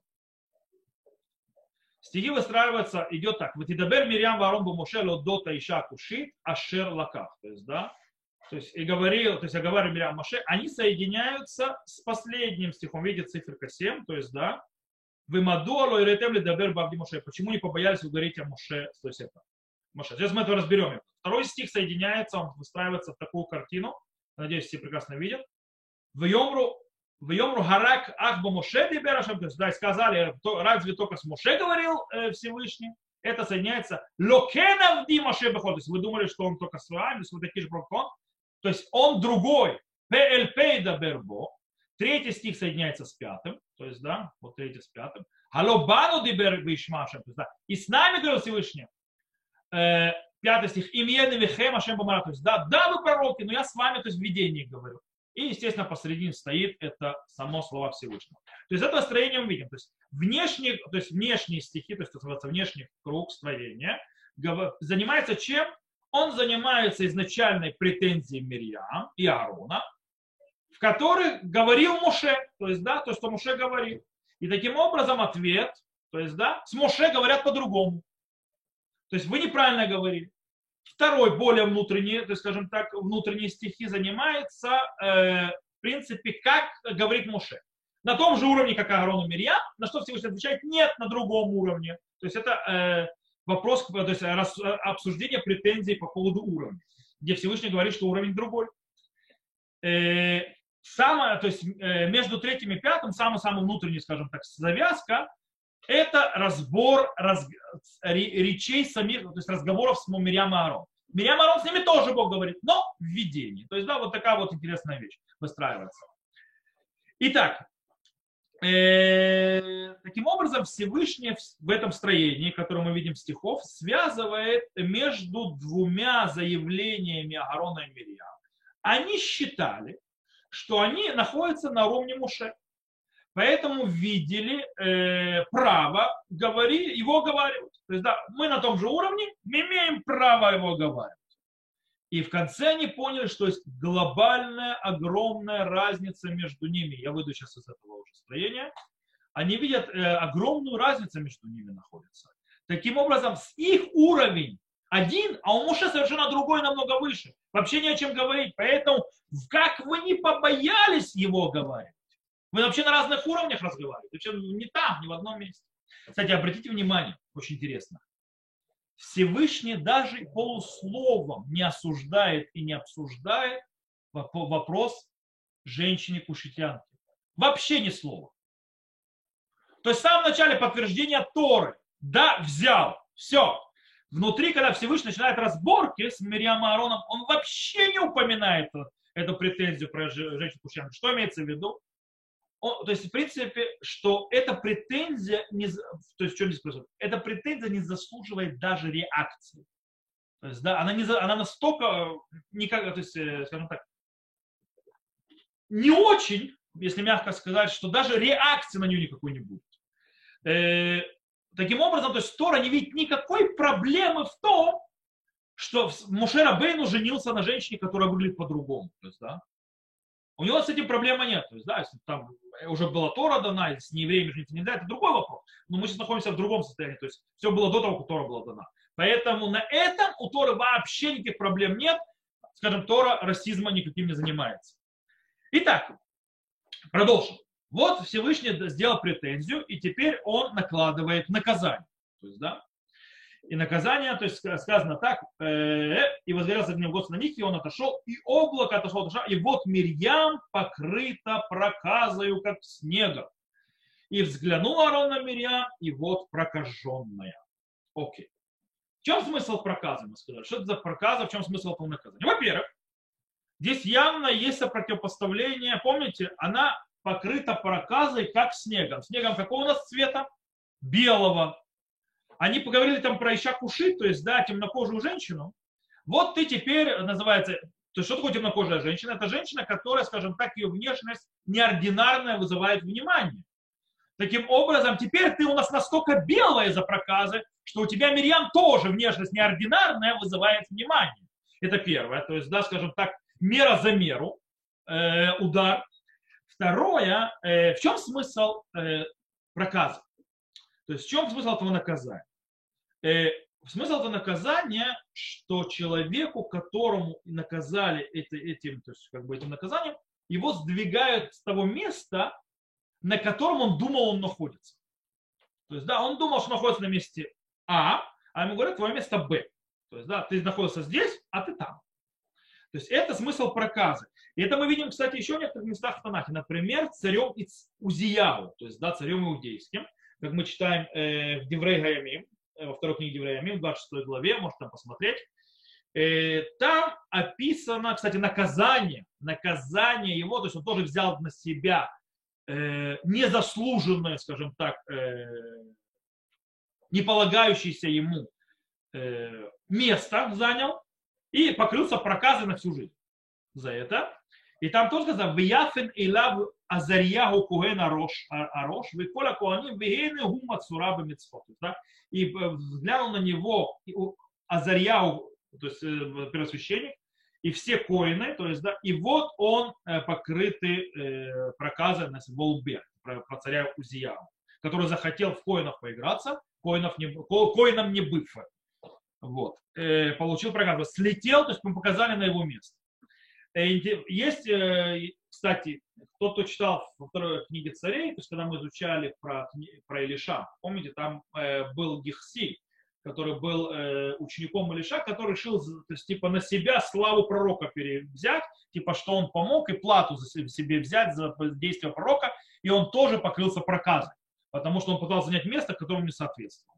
Speaker 1: Стихи выстраиваются, идет так. «Ватидабер Мирьям ваарон бу Моше лодота иша кушит ашер лаках». То есть, да, то есть, и говорил, то есть, я говорю Мирьям Моше, они соединяются с последним стихом. Видите, циферка семь, то есть, да. «Вымаду алой ретем лидабер бабди Моше». Почему не побоялись говорить о Моше? То есть, это. Моше. Сейчас мы это разберем. Второй стих соединяется, он выстраивается в такую картину. Надеюсь, все прекрасно видят. «Вьемру В Йомру Харак Ахба Моше Диберашем, то есть, да, сказали, разве только с Моше говорил э, Всевышний, это соединяется Локенав Ди Моше Бехол, то есть вы думали, что он только с вами, то есть вот такие же пророкон, то есть он другой, ПЛП Дабербо, третий стих соединяется с пятым, то есть, да, вот третий с пятым, Халобану Дибер Вишмашем, то есть, да, и с нами говорил Всевышний, э, пятый стих, Имьены Вихем Ашем Бамара, то есть, да, да, вы пророки, но я с вами, то есть, в видении говорю. И, естественно, посередине стоит это само слова Всевышнего. То есть это строение мы видим. То есть внешние, то есть внешние стихи, то есть это называется внешний круг строения, занимается чем? Он занимается изначальной претензией Мирьям и Аарона, в которых говорил Моше, то есть, да, то, что Моше говорил. И таким образом ответ, то есть, да, с Моше говорят по-другому. То есть вы неправильно говорили. Второй, более внутренний, то есть, скажем так, внутренние стихи занимаются, э, в принципе, как говорит Моше. На том же уровне, как Аарон и Мирьям, на что Всевышний отвечает, нет, на другом уровне. То есть это э, вопрос, то есть рас, обсуждение претензий по поводу уровня, где Всевышний говорит, что уровень другой. Э, самое, то есть э, между третьим и пятым, самый-самый внутренний, скажем так, завязка, это разбор раз, речей самих, то есть разговоров с Мирьям и Аарон. Мирьям и Аарон с ними тоже Бог говорит, но в видении. То есть, да, вот такая вот интересная вещь выстраивается. Итак, э, таким образом Всевышний в этом строении, которое мы видим стихов, связывает между двумя заявлениями Аарона и Мирьям. Они считали, что они находятся на уровне Моше. Поэтому видели э, право говори, его оговаривать. То есть, да, мы на том же уровне, мы имеем право его оговаривать. И в конце они поняли, что есть глобальная, огромная разница между ними. Я выйду сейчас из этого уже строения. Они видят э, огромную разницу между ними находится. Таким образом, с их уровень один, а у Моше совершенно другой, намного выше. Вообще не о чем говорить. Поэтому, как вы не побоялись его оговаривать? Мы вообще на разных уровнях разговариваем. Причем не там, не в одном месте. Кстати, обратите внимание, очень интересно. Всевышний даже полусловом не осуждает и не обсуждает вопрос женщины-кушетянки. Вообще ни слова. То есть в самом начале подтверждения Торы. Да, взял. Все. Внутри, когда Всевышний начинает разборки с Мирьям и Аароном, он вообще не упоминает эту претензию про женщину-кушанку. Что имеется в виду? Он, то есть, в принципе, что эта претензия, не, то есть, что здесь происходит? Эта претензия не заслуживает даже реакции. То есть, да, она, не, она настолько, никак, то есть, скажем так, не очень, если мягко сказать, что даже реакции на нее никакой не будет. Э, таким образом, то есть Тора не видит никакой проблемы в том, что Моше Рабейну женился на женщине, которая выглядит по-другому. То есть, да, у него с этим проблемы нет. То есть, да, если там уже была Тора дана, если с неевреями жениться нельзя, это другой вопрос. Но мы сейчас находимся в другом состоянии. То есть все было до того, как Тора была дана. Поэтому на этом у Торы вообще никаких проблем нет. Скажем, Тора расизма никаким не занимается. Итак, продолжим. Вот Всевышний сделал претензию, и теперь он накладывает наказание. То есть, да, и наказание, то есть сказано так, э, и возгорелся гнев Господа на них, и он отошел, и облако отошло от душа, и вот Мирьям покрыта проказою, как снегом. И взглянул Аарон на Мирьям, и вот прокаженная. Окей. В чем смысл проказа, мы сказали? Что это за проказа, в чем смысл этого наказания? Во-первых, здесь явно есть противопоставление, помните, она покрыта проказой, как снегом. Снегом какого у нас цвета? Белого. Они поговорили там про Иша Кушит, то есть, да, темнокожую женщину. Вот ты теперь, называется, то есть, что такое темнокожая женщина? Это женщина, которая, скажем так, ее внешность неординарная вызывает внимание. Таким образом, теперь ты у нас настолько белая из-за проказы, что у тебя, Мирьям, тоже внешность неординарная вызывает внимание. Это первое. То есть, да, скажем так, мера за меру, э, удар. Второе, э, в чем смысл э, проказа? То есть в чем смысл этого наказания? Э, смысл этого наказания, что человеку, которому наказали это, этим, то есть как бы этим наказанием, его сдвигают с того места, на котором он думал, он находится. То есть, да, он думал, что находится на месте А, а ему говорят, твое место Б. То есть, да, ты находишься здесь, а ты там. То есть это смысл проказы. И это мы видим, кстати, еще в некоторых местах в Танахе. Например, царем Узияу, то есть, да, царем иудейским, как мы читаем э, в Деврей Гаямим, э, во второй книге Деврей Гаямим, в двадцать шестой главе, можете там посмотреть. Э, там описано, кстати, наказание, наказание его, то есть он тоже взял на себя э, незаслуженное, скажем так, э, не полагающееся ему э, место занял и покрылся проказой на всю жизнь за это. И там тоже сказано, «Вияфен илав Азарьяху Куэн Арош, Арош, Виколя Куаним, Вигейны Гума Цураба Мицхот». И взглянул на него Азарьяху, то есть первосвященник, и все коины, то есть, да, и вот он покрытый э, проказой на лбе, про, про царя Узияу, который захотел в коинов поиграться, коинов не, ко, коином не быв. Вот. Э, получил проказ. Слетел, то есть мы показали на его место. Есть, кстати, тот, кто читал во второй книге царей, то есть когда мы изучали про, про Илиша, помните, там был Гихси, который был учеником Илиша, который решил, то есть, типа, на себя славу пророка перевзять, типа, что он помог и плату за себе взять за действие пророка, и он тоже покрылся проказой, потому что он пытался занять место, которому не соответствовало.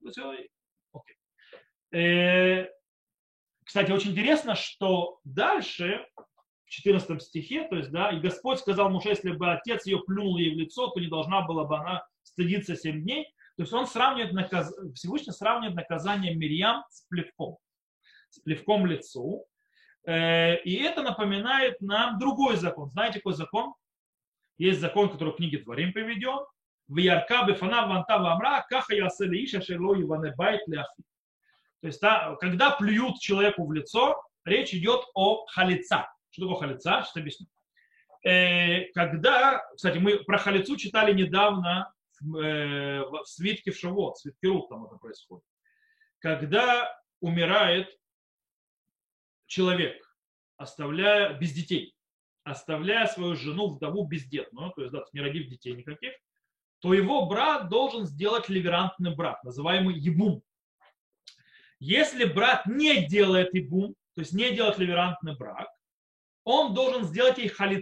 Speaker 1: Есть, кстати, очень интересно, что дальше в четырнадцатом стихе, то есть, да, и Господь сказал Моше, если бы отец ее плюнул ей в лицо, то не должна была бы она стыдиться семь дней. То есть он сравнивает, наказ... Всевышний сравнивает наказание Мирьям с плевком, с плевком лицу. И это напоминает нам другой закон. Знаете, какой закон? Есть закон, который в книге Дворим приведен. В Ярка бифана ванта вамра каха ясели иша шело иване байт ляхи. То есть, когда плюют человеку в лицо, речь идет о халица. Что такое халица? Сейчас объясню. Когда, кстати, мы про халицу читали недавно в свитке в Шавот, в свитке Рух там это происходит. Когда умирает человек, оставляя без детей, оставляя свою жену, вдову бездетную, то есть, да, не родив детей никаких, то его брат должен сделать ливерантный брак, называемый ебум. Если брат не делает ебум, то есть не делает ливерантный брак, он должен сделать ей халица.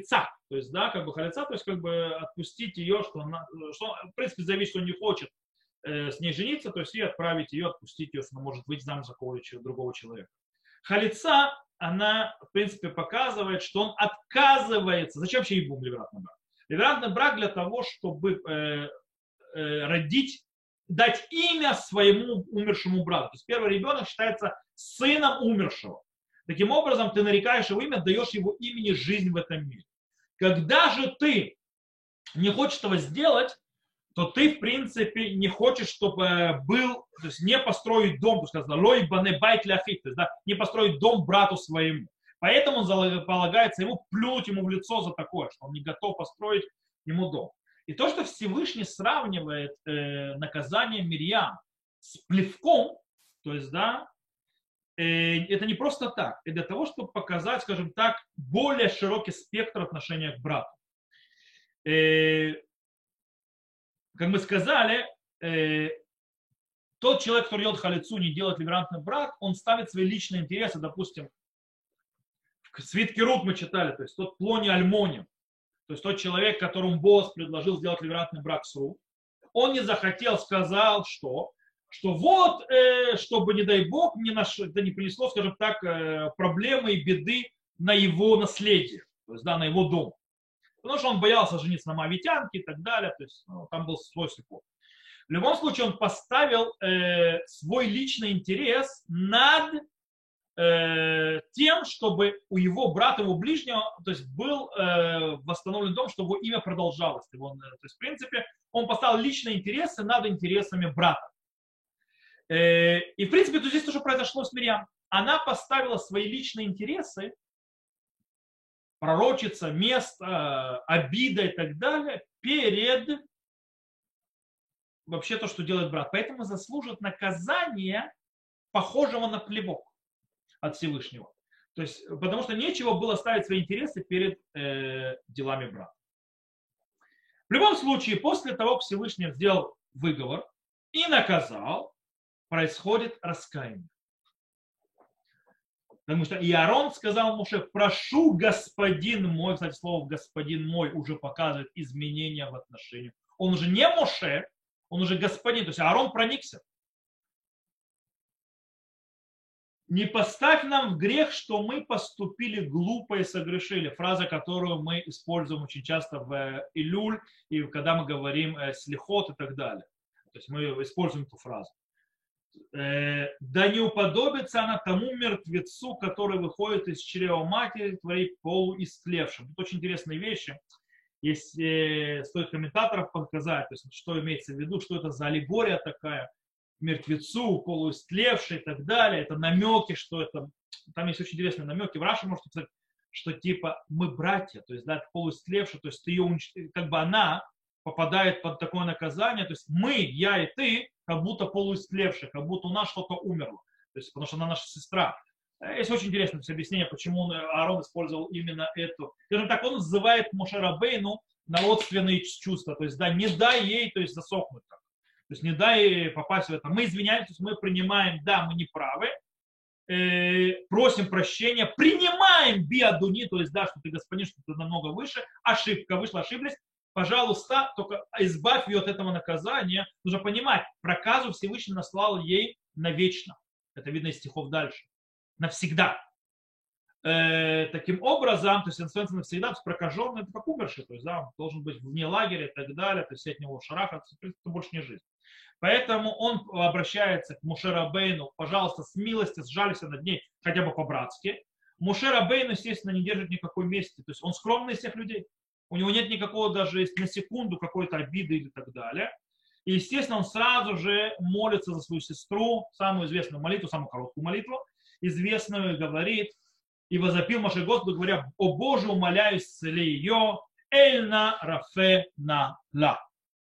Speaker 1: То есть, да, как бы халица, то есть, как бы отпустить ее, что она, что, в принципе, заявить, что он не хочет э, с ней жениться, то есть, и отправить ее, отпустить ее, что она может выйти замуж за какого-то другого человека. Халица, она, в принципе, показывает, что он отказывается. Зачем вообще ей ливерантный брак? Ливерантный брак для того, чтобы э, э, родить, дать имя своему умершему брату. То есть первый ребенок считается сыном умершего. Таким образом, ты нарекаешь его имя, даешь его имени жизнь в этом мире. Когда же ты не хочешь этого сделать, то ты, в принципе, не хочешь, чтобы был, то есть не построить дом, то сказано, лой бане байт ляхит, то есть, да, не построить дом брату своему. Поэтому он полагается ему плюнуть ему в лицо за такое, что он не готов построить ему дом. И то, что Всевышний сравнивает э, наказание Мирьям с плевком, то есть, да, э, это не просто так, это для того, чтобы показать, скажем так, более широкий спектр отношения к брату. Э, как мы сказали, э, тот человек, который делает халицу, не делает ливерантный брак, он ставит свои личные интересы, допустим, в свитке Рут мы читали, то есть тот Плони Альмони, то есть тот человек, которому босс предложил сделать ливерантный брак с Рут, он не захотел, сказал, что, что вот, э, чтобы, не дай бог, не наш, это не принесло, скажем так, э, проблемы и беды на его наследие, то есть, да, на его дом. Потому что он боялся жениться на мавитянке и так далее, то есть ну, там был свой спор. В любом случае он поставил э, свой личный интерес над э, тем, чтобы у его брата, его ближнего, то есть был э, восстановлен дом, чтобы его имя продолжалось. Его, то есть, в принципе, он поставил личные интересы над интересами брата. Э, и, в принципе, то здесь тоже произошло с Мирьям. Она поставила свои личные интересы, пророчица, место, обида и так далее, перед вообще то, что делает брат. Поэтому заслужит наказание, похожего на плевок от Всевышнего. То есть, потому что нечего было ставить свои интересы перед э, делами брата. В любом случае, после того, как Всевышний сделал выговор и наказал, происходит раскаяние. Потому что и Аарон сказал Моше: прошу, господин мой, кстати, слово господин мой уже показывает изменения в отношении. Он уже не Моше, он уже господин, то есть Аарон проникся. Не поставь нам в грех, что мы поступили глупо и согрешили. Фраза, которую мы используем очень часто в Илюль, и когда мы говорим слихот и так далее. То есть мы используем эту фразу. Да не уподобится она тому мертвецу, который выходит из чрева матери твоей полуистлевшим. Тут очень интересные вещи. Если стоит комментаторов показать, то есть что имеется в виду, что это за аллегория такая, мертвецу, полуистлевший и так далее. Это намеки, что это... Там есть очень интересные намеки. В Раши можно сказать, что типа мы братья, то есть да, полуистлевший, то есть ты ее унич... как бы она попадает под такое наказание, то есть мы, я и ты, как будто полуистлевшие, как будто у нас что-то умерло, то есть потому что она наша сестра. Есть очень интересное объяснение, почему Аарон использовал именно эту. Скажем так, он называет Моше Рабейну на родственные чувства, то есть да, не дай ей, то есть засохнуть так. То есть не дай попасть в это. Мы извиняемся, то есть мы принимаем, да, мы не правы, э, просим прощения, принимаем биадуни, то есть да, что ты господин, что ты намного выше, ошибка, вышла, ошиблись, пожалуйста, только избавь ее от этого наказания. Нужно понимать, проказу Всевышний наслал ей навечно. Это видно из стихов дальше. Навсегда. Э, таким образом, то есть он становится навсегда, то есть прокаженный, это как умерший, то есть да, он должен быть вне лагеря и так далее, то есть от него шарахаться, это больше не жизнь. Поэтому он обращается к Моше Рабейну: пожалуйста, с милостью, сжалься над ней, хотя бы по-братски. Моше Рабейну, естественно, не держит никакой мести, то есть он скромный из всех людей. У него нет никакого даже на секунду какой-то обиды или так далее. И, естественно, он сразу же молится за свою сестру, самую известную молитву, самую короткую молитву, известную, говорит: и возопил Моше Господу, говоря: о Боже, умоляюсь, исцели ее, эльна рафе на ла.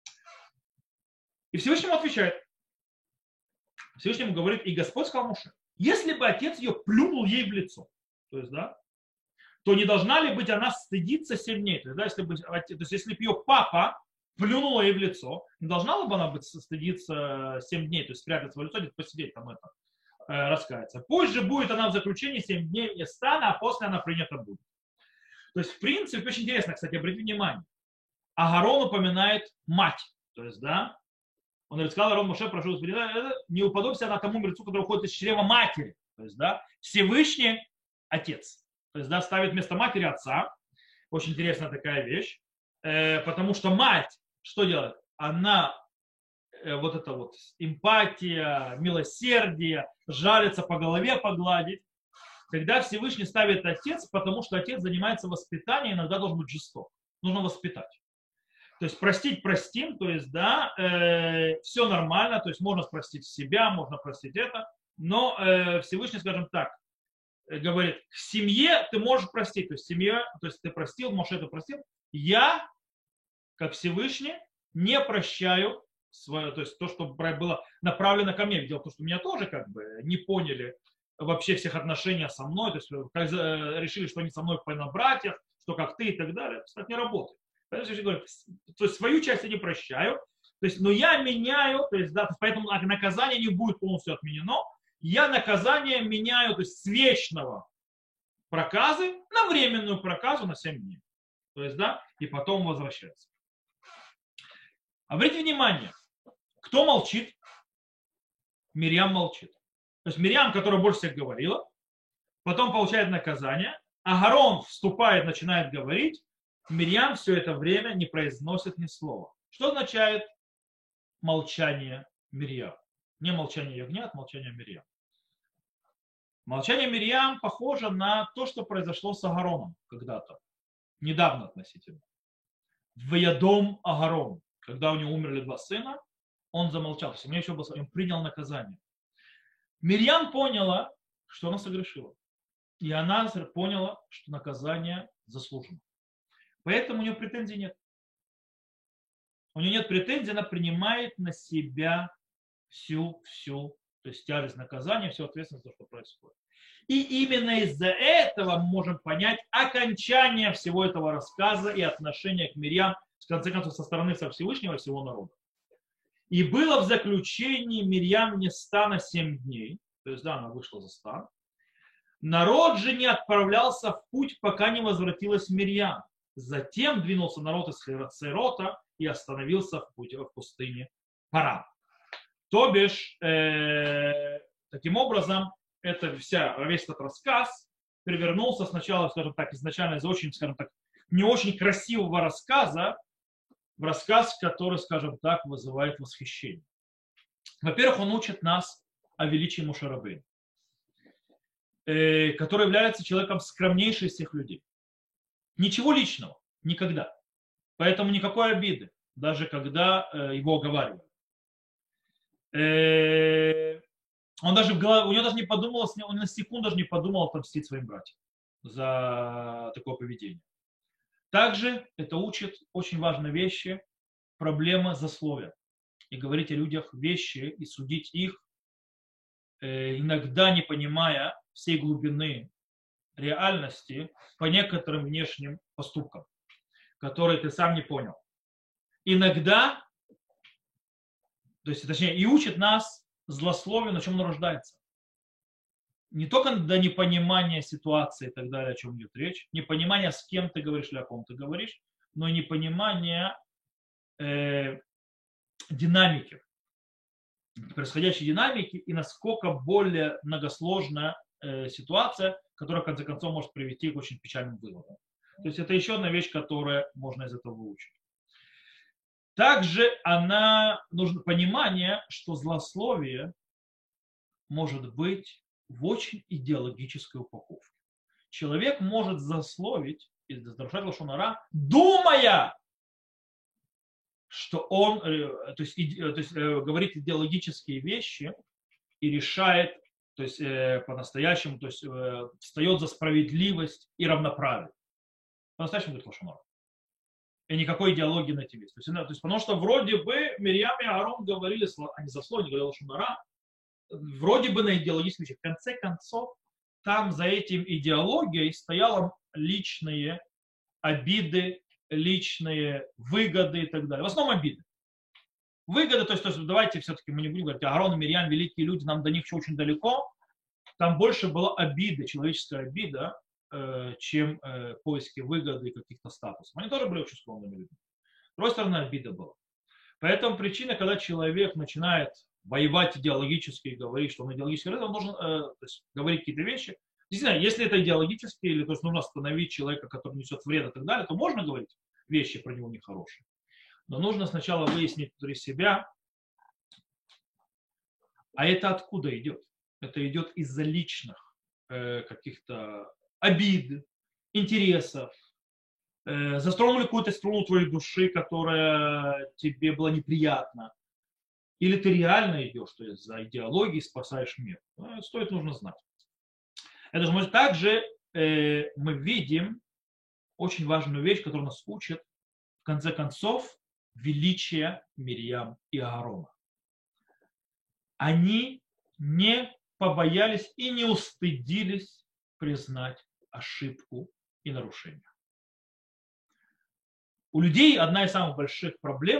Speaker 1: И Всевышнему отвечает. Всевышнему говорит: и Господь сказал Моше: если бы отец ее плюнул ей в лицо, то есть, да, то не должна ли быть она стыдиться семь дней? То есть, да, если бы, то есть, если бы ее папа плюнул ей в лицо, не должна ли бы она быть стыдиться семь дней, то есть спрятать свое лицо, где-то посидеть там это, э, раскаяться. Позже будет она в заключении семь дней из стана, а после она принята будет. То есть, в принципе, очень интересно, кстати, обратите внимание. Агарон упоминает мать. То есть, да, он говорит, сказал Арон Моше, прошу Господина, не уподобься на тому мертвецу, который уходит из чрева матери. То есть, да, Всевышний отец. То есть, да, ставит вместо матери отца. Очень интересная такая вещь. Э, потому что мать что делает? Она э, вот это вот эмпатия, милосердие, жалится по голове погладить. Когда Всевышний ставит отец, потому что отец занимается воспитанием, иногда должен быть жесток. Нужно воспитать. То есть простить простим, то есть, да, э, все нормально, то есть можно простить себя, можно простить это, но э, Всевышний, скажем так, э, говорит, к семье ты можешь простить, то есть семья, то есть ты простил, Моше ты простил, я, как Всевышний, не прощаю свое, то есть то, что было направлено ко мне. Дело в том, что меня тоже как бы не поняли вообще всех отношений со мной, то есть как, э, решили, что они со мной на братьях, что как ты и так далее, это так не работает. То есть свою часть я не прощаю, то есть, но я меняю, то есть, да, поэтому наказание не будет полностью отменено, я наказание меняю, то есть с вечного проказы на временную проказу на семь дней. То есть, да, и потом возвращается. Обратите внимание, кто молчит? Мирьям молчит. То есть Мирьям, которая больше всех говорила, потом получает наказание, Агарон вступает, начинает говорить, Мирьям все это время не произносит ни слова. Что означает молчание Мирьям? Не молчание ягнят, молчание Мирьям. Молчание Мирьям похоже на то, что произошло с Агароном когда-то, недавно относительно. В Ядом Агарон, когда у него умерли два сына, он замолчал. То есть, у него еще был, он принял наказание. Мирьям поняла, что она согрешила. И она поняла, что наказание заслужено. Поэтому у нее претензий нет. У нее нет претензий, она принимает на себя всю, всю, то есть тяжесть наказания, всю ответственность за то, что происходит. И именно из-за этого мы можем понять окончание всего этого рассказа и отношения к Мирьям, в конце концов, со стороны со Всевышнего и всего народа. И было в заключении Мирьям не ста на семь дней, то есть, да, она вышла за стан. Народ же не отправлялся в путь, пока не возвратилась Мирьям. Затем двинулся народ из Херота и остановился в, пути, в пустыне Паран. То бишь, э, таким образом, это вся, весь этот рассказ перевернулся сначала, скажем так, изначально из очень, скажем так, не очень красивого рассказа в рассказ, который, скажем так, вызывает восхищение. Во-первых, он учит нас о величии Моше Рабейну, э, который является человеком скромнейшим из всех людей. Ничего личного, никогда. Поэтому никакой обиды, даже когда э, его оговаривали. Э, он даже в голове, у него даже не подумал, он на секунду даже не подумал отомстить своим братьям за такое поведение. Также это учит очень важные вещи, проблемы засловия. И говорить о людях вещи и судить их, э, иногда не понимая всей глубины реальности по некоторым внешним поступкам, которые ты сам не понял. Иногда, то есть, точнее, и учит нас злословию, на чем оно рождается. Не только до непонимания ситуации и так далее, о чем идет речь, непонимание, с кем ты говоришь или о ком ты говоришь, но и непонимание э, динамики, происходящей динамики и насколько более многосложная э, ситуация, которая, в конце концов, может привести к очень печальным выводам. То есть это еще одна вещь, которую можно из этого выучить. Также она, нужно понимание, что злословие может быть в очень идеологической упаковке. Человек может злословить и разрушать лашон ара, думая, что он то есть, то есть, говорит идеологические вещи и решает, то есть по-настоящему, то есть встает за справедливость и равноправие. По-настоящему говорит лашон ара. И никакой идеологии на тебе. То есть, то есть, потому что вроде бы Мирьям и Аарон говорили, они за слово не говорили лашон ара, вроде бы на идеологических вещах. В конце концов, там за этим идеологией стояли личные обиды, личные выгоды и так далее. В основном обиды. Выгоды, то есть, то есть давайте все-таки мы не будем говорить, Аарон и Мирьям великие люди, нам до них еще очень далеко. Там больше была обида, человеческая обида э, чем э, поиски выгоды и каких-то статусов. Они тоже были очень скромными людьми. С другой стороны, обида была. Поэтому причина, когда человек начинает воевать идеологически и говорить, что он идеологически, он должен э, то есть, говорить какие-то вещи. Действительно, если это идеологически, или то есть нужно остановить человека, который несет вред и так далее, то можно говорить вещи про него нехорошие. Но нужно сначала выяснить внутри себя, а это откуда идет? Это идет из-за личных э, каких-то обид, интересов. Э, застроили какую-то струну твоей души, которая тебе была неприятна. Или ты реально идешь, то есть за идеологией спасаешь мир. Ну, стоит нужно знать. Это же может также э, мы видим очень важную вещь, которая нас учит, в конце концов, величие Мирьям и Аарона. Они не побоялись и не устыдились признать ошибку и нарушение. У людей одна из самых больших проблем,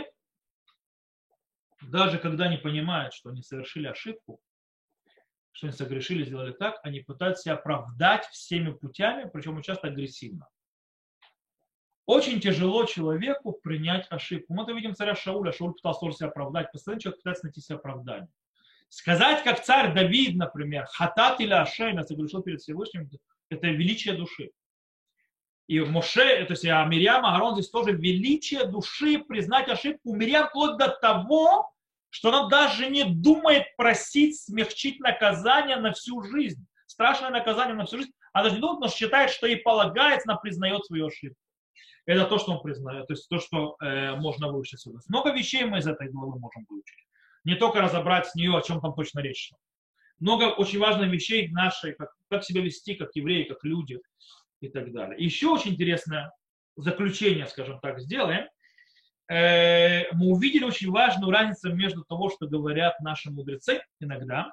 Speaker 1: даже когда они понимают, что они совершили ошибку, что они согрешили, сделали так, они пытаются себя оправдать всеми путями, причем очень часто агрессивно. Очень тяжело человеку принять ошибку. Мы это видим царя Шауля. Шауль пытался тоже себя оправдать. Постоянно человек пытается найти себе оправдание. Сказать, как царь Давид, например, хатат или ашем, я согрешил перед Всевышним, это величие души. И Моше, то есть а Мирьям, Аарон здесь тоже величие души, признать ошибку. Мирьям вплоть до того, что она даже не думает просить смягчить наказание на всю жизнь. Страшное наказание на всю жизнь. Она даже не думает, но считает, что ей полагается, она признает свою ошибку. Это то, что он признает, то есть то, что э, можно выучить сюда. Много вещей мы из этой главы можем выучить. Не только разобрать с нее, о чем там точно речь. Много очень важных вещей нашей, как, как себя вести, как евреи, как люди и так далее. Еще очень интересное заключение, скажем так, сделаем. Э, мы увидели очень важную разницу между того, что говорят наши мудрецы иногда,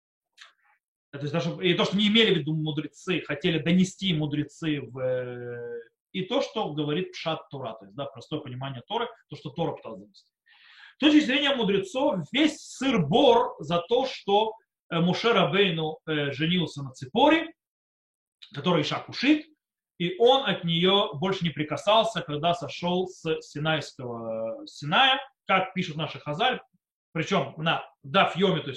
Speaker 1: то есть даже, и то, что не имели в виду мудрецы, хотели донести мудрецы в... И то, что говорит Пшат Тора, то есть да, простое понимание Торы, то, что Тора пыталась донести. С точки зрения мудрецов, весь сыр-бор за то, что Моше Рабейну женился на Ципоре, которая Иша Кушит, и он от нее больше не прикасался, когда сошел с Синайского Синая, как пишут наши Хазаль, причем на Даф Йоме, то есть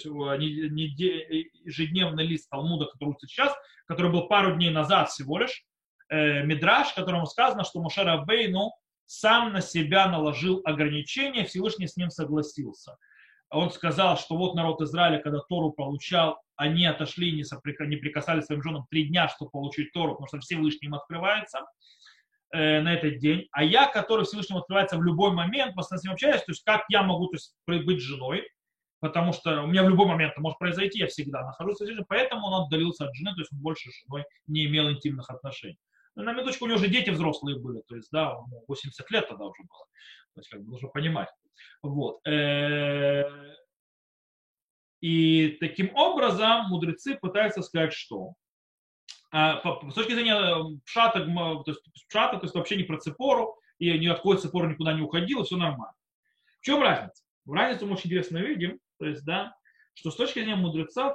Speaker 1: ежедневный лист Талмуда, который учится сейчас, который был пару дней назад всего лишь, Мидраш, в котором сказано, что Моше Рабейну сам на себя наложил ограничения, Всевышний с ним согласился. Он сказал, что вот народ Израиля, когда Тору получал, они отошли, не, соприка... не прикасались к своим женам три дня, чтобы получить Тору, потому что Всевышний им открывается э, на этот день. А я, который Всевышнему открывается в любой момент, постоянно с ним общаюсь, то есть как я могу то есть, быть женой, потому что у меня в любой момент это может произойти, я всегда нахожусь с женой, поэтому он отдалился от жены, то есть он больше с женой не имел интимных отношений. На минуточку, у него уже дети взрослые были, то есть, да, восемьдесят лет тогда уже было. То есть, как бы нужно понимать. Вот. И таким образом мудрецы пытаются сказать, что с точки зрения пшата, то есть, пшата, то есть вообще не про Ципору, и ни от какой Ципоры никуда не уходил, и все нормально. В чем разница? В разницу мы очень интересно видим, то есть, да, что с точки зрения мудрецов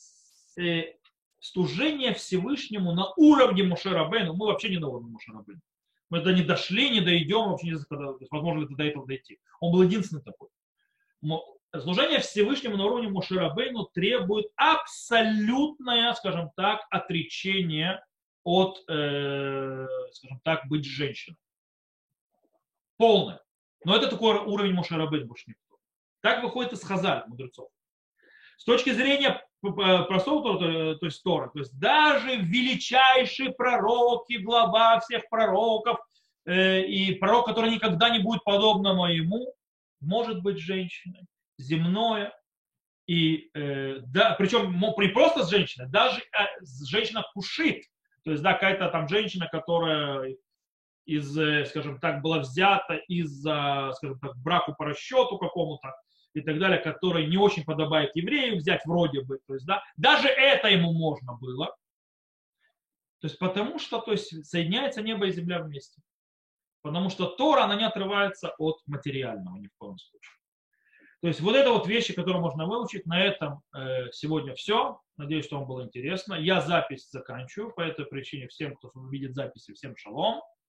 Speaker 1: служение Всевышнему на уровне Моше Рабейну, мы вообще не на уровне Моше Рабейну. Мы до не дошли, не дойдем, вообще не знаю, возможно ли до этого дойти. Он был единственный такой. Служение Всевышнему на уровне Моше Рабейну требует абсолютное, скажем так, отречение от, э, скажем так, быть женщиной. Полное. Но это такой уровень Моше Рабейну больше никто. Так выходит из Хазаль, мудрецов. С точки зрения простого Тора, то есть Тора, то есть даже величайший пророк и глава всех пророков, э, и пророк, который никогда не будет подобно моему, может быть женщиной, земное, и, э, да, причем не просто с женщиной, даже э, женщина кушит, то есть да, какая-то там женщина, которая из, скажем так, была взята из-за, скажем так, браку по расчету какому-то, и так далее, который не очень подобает еврею взять вроде бы, то есть, да, даже это ему можно было, то есть потому что, то есть, соединяется небо и земля вместе, потому что Тора, она не отрывается от материального ни в коем случае. То есть вот это вот вещи, которые можно выучить. На этом э, сегодня все. Надеюсь, что вам было интересно. Я запись заканчиваю. По этой причине всем, кто видит записи, всем шалом.